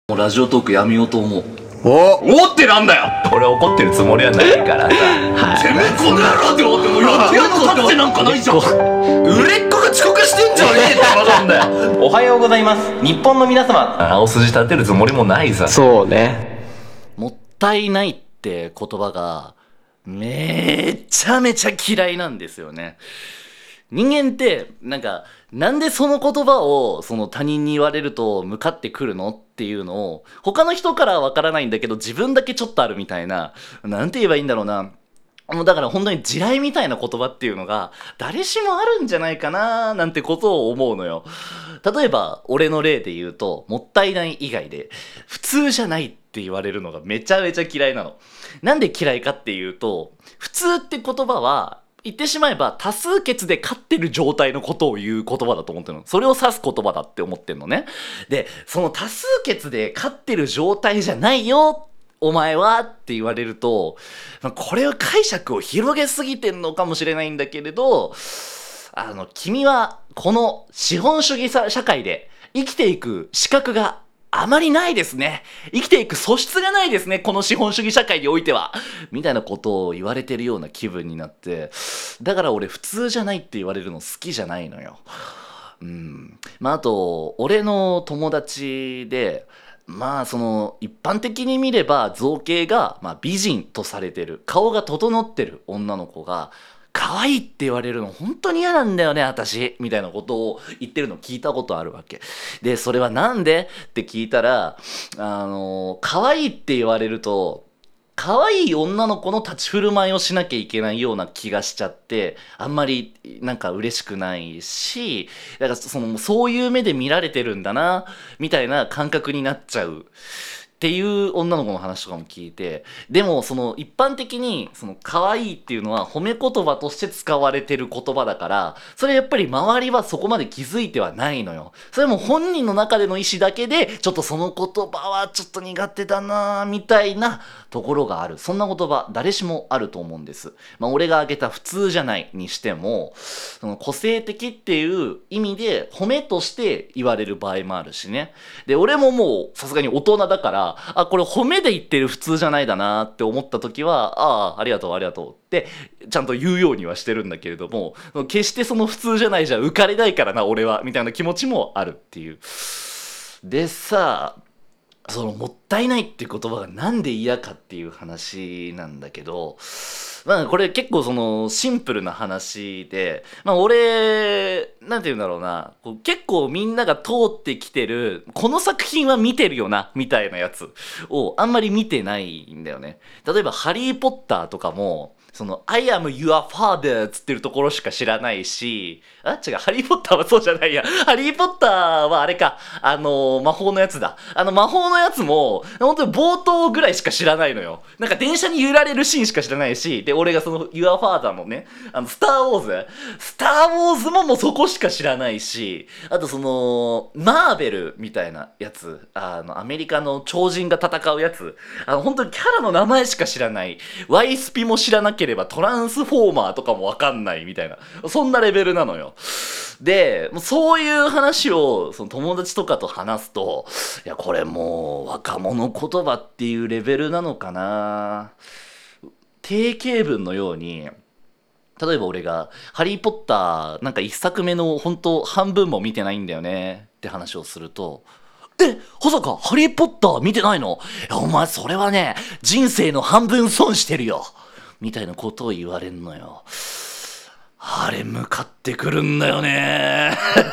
もうラジオトークやめようと思う。 おってなんだよ。 俺怒ってるつもりはないからさ。 てめえこの野郎って思ってもやってやるの立ってなんかないじゃん。売れっ子が遅刻してんじゃねえって話なんだよ。 おはようございます。日本の皆様。 青筋立てるつもりもないさ。 そうね。 もったいないって言葉がめちゃめちゃ嫌いなんですよね。人間ってなんでその言葉をその他人に言われると向かってくるのっていうのを他の人からは分からないんだけど自分だけちょっとあるみたいな、なんて言えばいいんだろうな。もうだから本当に地雷みたいな言葉っていうのが誰しもあるんじゃないかななんてことを思うのよ。例えば俺の例で言うと、もったいない以外で普通じゃないって言われるのがめちゃめちゃ嫌いなの。なんで嫌いかっていうと、普通って言葉は言ってしまえば多数決で勝ってる状態のことを言う言葉だと思ってるの。それを指す言葉だって思ってるのね。で、その多数決で勝ってる状態じゃないよお前はって言われると、これは解釈を広げすぎてんのかもしれないんだけれど、君はこの資本主義社会で生きていく資格があまりないですね。生きていく素質がないですね。この資本主義社会においては。みたいなことを言われてるような気分になって、だから俺普通じゃないって言われるの好きじゃないのよ。あと、俺の友達で、その一般的に見れば造形が美人とされてる、顔が整ってる女の子が可愛いって言われるの本当に嫌なんだよね私みたいなことを言ってるの聞いたことあるわけで、それはなんでって聞いたら、可愛いって言われると可愛い女の子の立ち振る舞いをしなきゃいけないような気がしちゃって、あんまり嬉しくないし、そういう目で見られてるんだなみたいな感覚になっちゃうっていう女の子の話とかも聞いて、でもその一般的にその可愛いっていうのは褒め言葉として使われてる言葉だから、それやっぱり周りはそこまで気づいてはないのよ。それも本人の中での意思だけでちょっとその言葉はちょっと苦手だなみたいなところがある。そんな言葉誰しもあると思うんです。俺が挙げた普通じゃないにしても、その個性的っていう意味で褒めとして言われる場合もあるしね。で、俺ももうさすがに大人だから、これ褒めで言ってる普通じゃないだなって思った時は、ありがとうありがとうってちゃんと言うようにはしてるんだけれども、決してその普通じゃないじゃ浮かれないからな俺はみたいな気持ちもあるっていう。でさ、そのもったいないっていう言葉がなんで嫌かっていう話なんだけど、これ結構そのシンプルな話で、俺なんて言うんだろうな、結構みんなが通ってきてるこの作品は見てるよなみたいなやつをあんまり見てないんだよね。例えばハリー・ポッターとかもその I am your father つってるところしか知らないし、違う、ハリーポッターはそうじゃないや。ハリーポッターはあれか、魔法のやつだ。魔法のやつも、本当に冒頭ぐらいしか知らないのよ。電車に揺られるシーンしか知らないし、で、俺がその Your father のね、スターウォーズももうそこしか知らないし、あとその、マーベルみたいなやつ、アメリカの超人が戦うやつ、本当にキャラの名前しか知らない。ワイスピも知らなければトランスフォーマーとかもわかんないみたいな、そんなレベルなのよ。で、そういう話をその友達とかと話すと、いやこれもう若者言葉っていうレベルなのかな。定型文のように、例えば俺がハリーポッター一作目の本当半分も見てないんだよねって話をすると、まさかハリーポッター見てないの？いやお前それはね、人生の半分損してるよみたいなことを言われんのよ。あれ向かってくるんだよね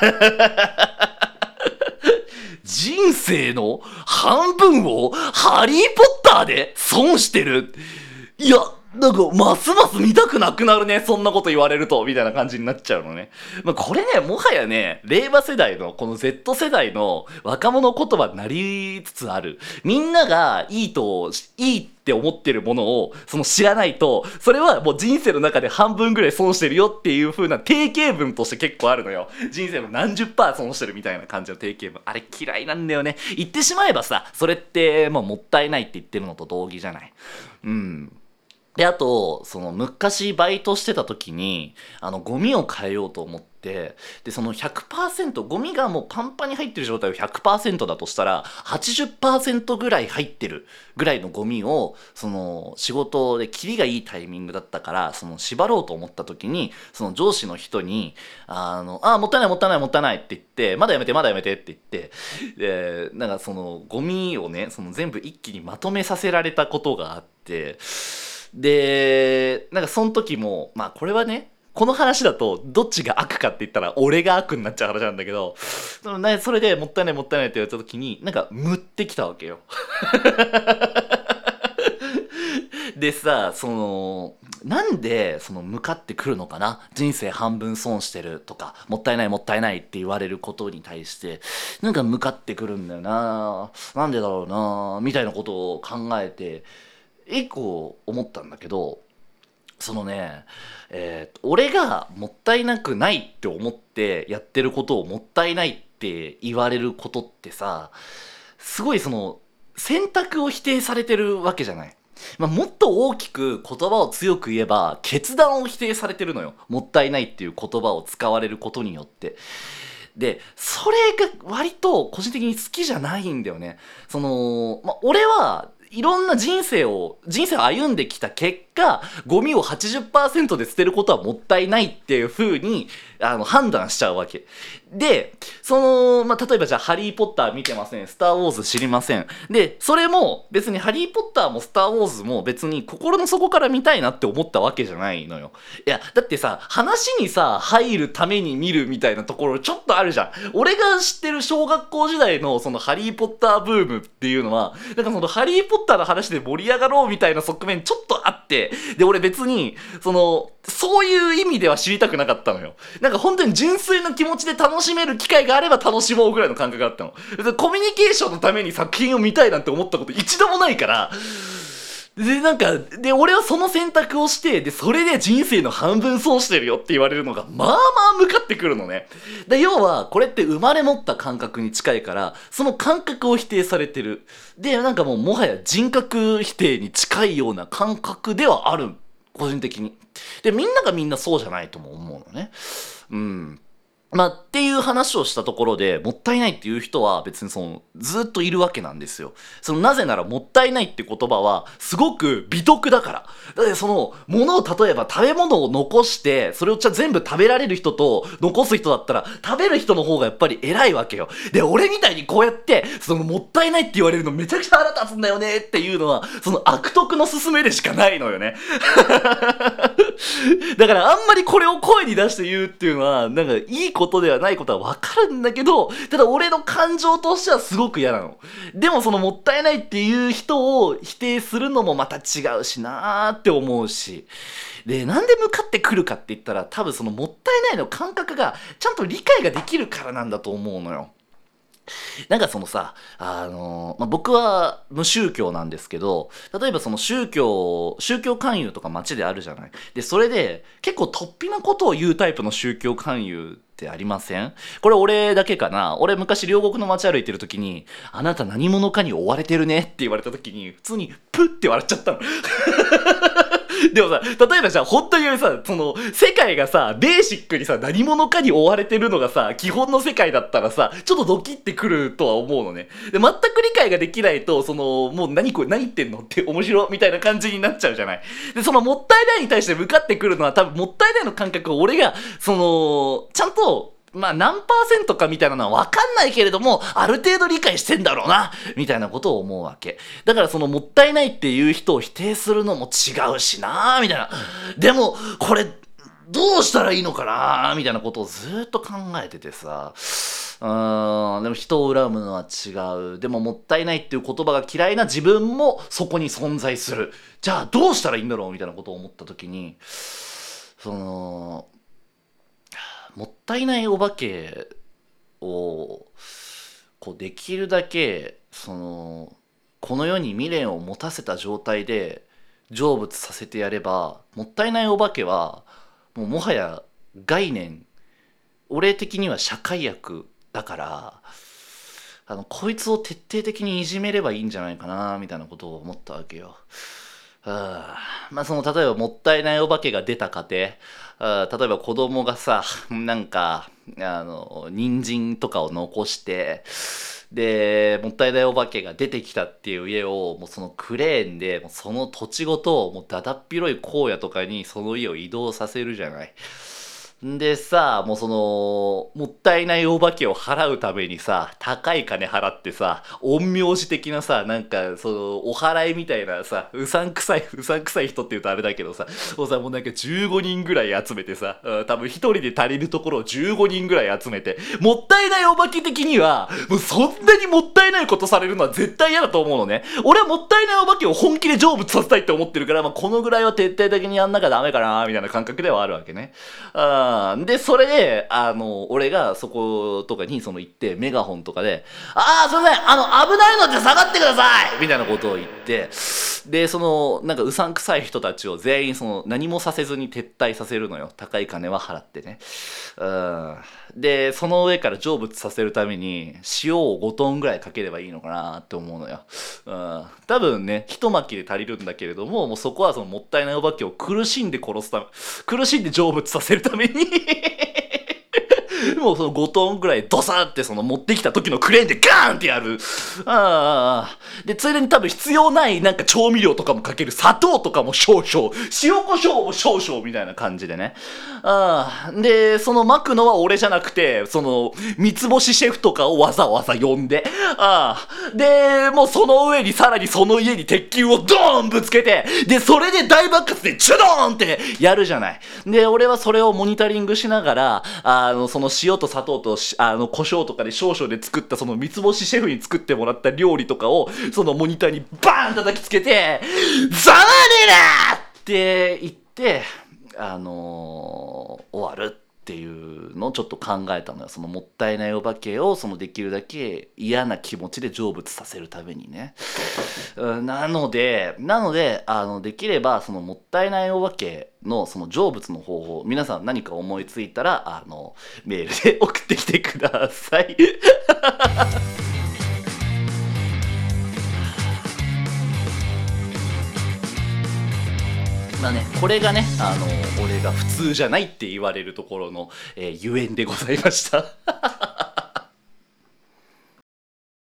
人生の半分をハリーポッターで損してる。いやますます見たくなくなるね、そんなこと言われるとみたいな感じになっちゃうのね。これね、もはやね、令和世代のこの Z 世代の若者言葉になりつつある。みんながいいって思ってるものをその知らないと、それはもう人生の中で半分ぐらい損してるよっていう風な定型文として結構あるのよ。人生の何十パー損してるみたいな感じの定型文、あれ嫌いなんだよね。言ってしまえばさ、それってもったいないって言ってるのと同義じゃない。で、あと、その昔バイトしてた時に、ゴミを変えようと思って、 て、でその 100% ゴミがもうパンパンに入ってる状態を 100% だとしたら 80% ぐらい入ってるぐらいのゴミをその仕事で切りがいいタイミングだったから、その縛ろうと思った時にその上司の人にもったいないもったいないもったいないって言って、まだやめてまだやめてって言って、でなんかそのゴミをねその全部一気にまとめさせられたことがあって、でなんかその時もまあこれはねこの話だとどっちが悪かって言ったら俺が悪になっちゃう話なんだけど、それでもったいないもったいないって言われた時になんかムってきたわけよでさ、そのなんでその向かってくるのかな、人生半分損してるとかもったいないもったいないって言われることに対してなんか向かってくるんだよな、なんでだろうなみたいなことを考えて一個思ったんだけど、そのね、俺がもったいなくないって思ってやってることをもったいないって言われることってさ、すごいその選択を否定されてるわけじゃない。まあ、もっと大きく言葉を強く言えば決断を否定されてるのよ、もったいないっていう言葉を使われることによって。でそれが割と個人的に好きじゃないんだよね。その、俺はいろんな人生を歩んできた結果、ゴミを 80% で捨てることはもったいないっていう風に判断しちゃうわけで、その例えばじゃあハリーポッター見てません、スターウォーズ知りませんで、それも別にハリーポッターもスターウォーズも別に心の底から見たいなって思ったわけじゃないのよ。いやだってさ、話にさ入るために見るみたいなところちょっとあるじゃん。俺が知ってる小学校時代のそのハリーポッターブームっていうのはなんかそのハリーポッターの話で盛り上がろうみたいな側面ちょっとあって、で俺別にそういう意味では知りたくなかったのよ。なんか本当に純粋な気持ちで楽しめる機会があれば楽しもうぐらいの感覚があったの。コミュニケーションのために作品を見たいなんて思ったこと一度もないから、で俺はその選択をして、でそれで人生の半分損してるよって言われるのがまあまあ向かってくるのね。で要はこれって生まれ持った感覚に近いから、その感覚を否定されてる。でなんかもはや人格否定に近いような感覚ではある、個人的に。でみんながみんなそうじゃないとも思うのね。っていう話をしたところで、もったいないっていう人は別にずっといるわけなんですよ。なぜならもったいないって言葉はすごく美徳だから。だって物を例えば食べ物を残してそれを全部食べられる人と残す人だったら食べる人の方がやっぱり偉いわけよ。で俺みたいにこうやってもったいないって言われるのめちゃくちゃ腹立つんだよねっていうのは悪徳の勧めでしかないのよねだからあんまりこれを声に出して言うっていうのはなんかいいことではないことは分かるんだけど、ただ俺の感情としてはすごく嫌なの。でももったいないっていう人を否定するのもまた違うしなーって思うし、でなんで向かってくるかって言ったら多分もったいないの感覚がちゃんと理解ができるからなんだと思うのよ。なんか僕は無宗教なんですけど、例えば宗教勧誘とか街であるじゃない。でそれで結構突飛なことを言うタイプの宗教勧誘ってありません？これ俺だけかな。俺昔両国の街歩いてる時にあなた何者かに追われてるねって言われた時に普通にプッて笑っちゃったのでもさ、例えばじゃあ本当にさ世界がさベーシックにさ何者かに追われてるのがさ基本の世界だったらさちょっとドキってくるとは思うのね。で全く理解ができないともう何これ何言ってんのって面白みたいな感じになっちゃうじゃない。でもったいないに対して向かってくるのは多分もったいないの感覚を俺がちゃんと何パーセントかみたいなのは分かんないけれどもある程度理解してんだろうなみたいなことを思うわけだから、もったいないっていう人を否定するのも違うしなみたいな。でもこれどうしたらいいのかなみたいなことをずっと考えててさ、でも人を恨むのは違う。でももったいないっていう言葉が嫌いな自分もそこに存在する。じゃあどうしたらいいんだろうみたいなことを思った時に、もったいないお化けをできるだけこの世に未練を持たせた状態で成仏させてやれば、もったいないお化けはもはや概念、俺的には社会悪だから、こいつを徹底的にいじめればいいんじゃないかなみたいなことを思ったわけよ。 まあその例えばもったいないお化けが出た家庭、例えば子供がさ、なんか人参とかを残して、でもったいないお化けが出てきたっていう家をもうそのクレーンでもうその土地ごともうだだっ広い荒野とかにその家を移動させるじゃない。でさ、もうそのもったいないお化けを払うためにさ、高い金払ってさ、陰陽師的なさ、なんかそのお祓いみたいなさ、うさんくさい人って言うとあれだけどさ、もうなんか15人ぐらい集めてさ、多分一人で足りるところを15人ぐらい集めて、もったいないお化け的にはもうそんなにもったいないことされるのは絶対嫌だと思うのね。俺はもったいないお化けを本気で成仏させたいって思ってるから、まあ、このぐらいは徹底的にやんなきゃダメかなみたいな感覚ではあるわけね。で、それで、俺がそことかに行って、メガホンとかで、すいません、危ないので下がってくださいみたいなことを言って、で、なんかうさんくさい人たちを全員何もさせずに撤退させるのよ。高い金は払ってね。で、その上から成仏させるために、塩を5トンぐらいかければいいのかなって思うのよ。多分ね、一巻きで足りるんだけれども、もうそこはもったいないお化けを苦しんで成仏させるためにもうその5トンぐらいドサーって持ってきた時のクレーンでガーンってやる。で、ついでに多分必要ないなんか調味料とかもかける。砂糖とかも少々。塩コショウも少々みたいな感じでね。で、巻くのは俺じゃなくて、三つ星シェフとかをわざわざ呼んで。で、もうその上にさらにその家に鉄球をドーンぶつけて、で、それで大爆発でチュドーンってやるじゃない。で、俺はそれをモニタリングしながら、塩と砂糖と胡椒とかで少々で作った三つ星シェフに作ってもらった料理とかをモニターにバーン叩きつけてざまねえなって言って終わるっていうのをちょっと考えたのよ。もったいないお化けをできるだけ嫌な気持ちで成仏させるためにね。なのでできればもったいないお化けの成仏の方法、皆さん何か思いついたらメールで送ってきてください。まあね、これがね、俺が普通じゃないって言われるところの、ゆえんでございました。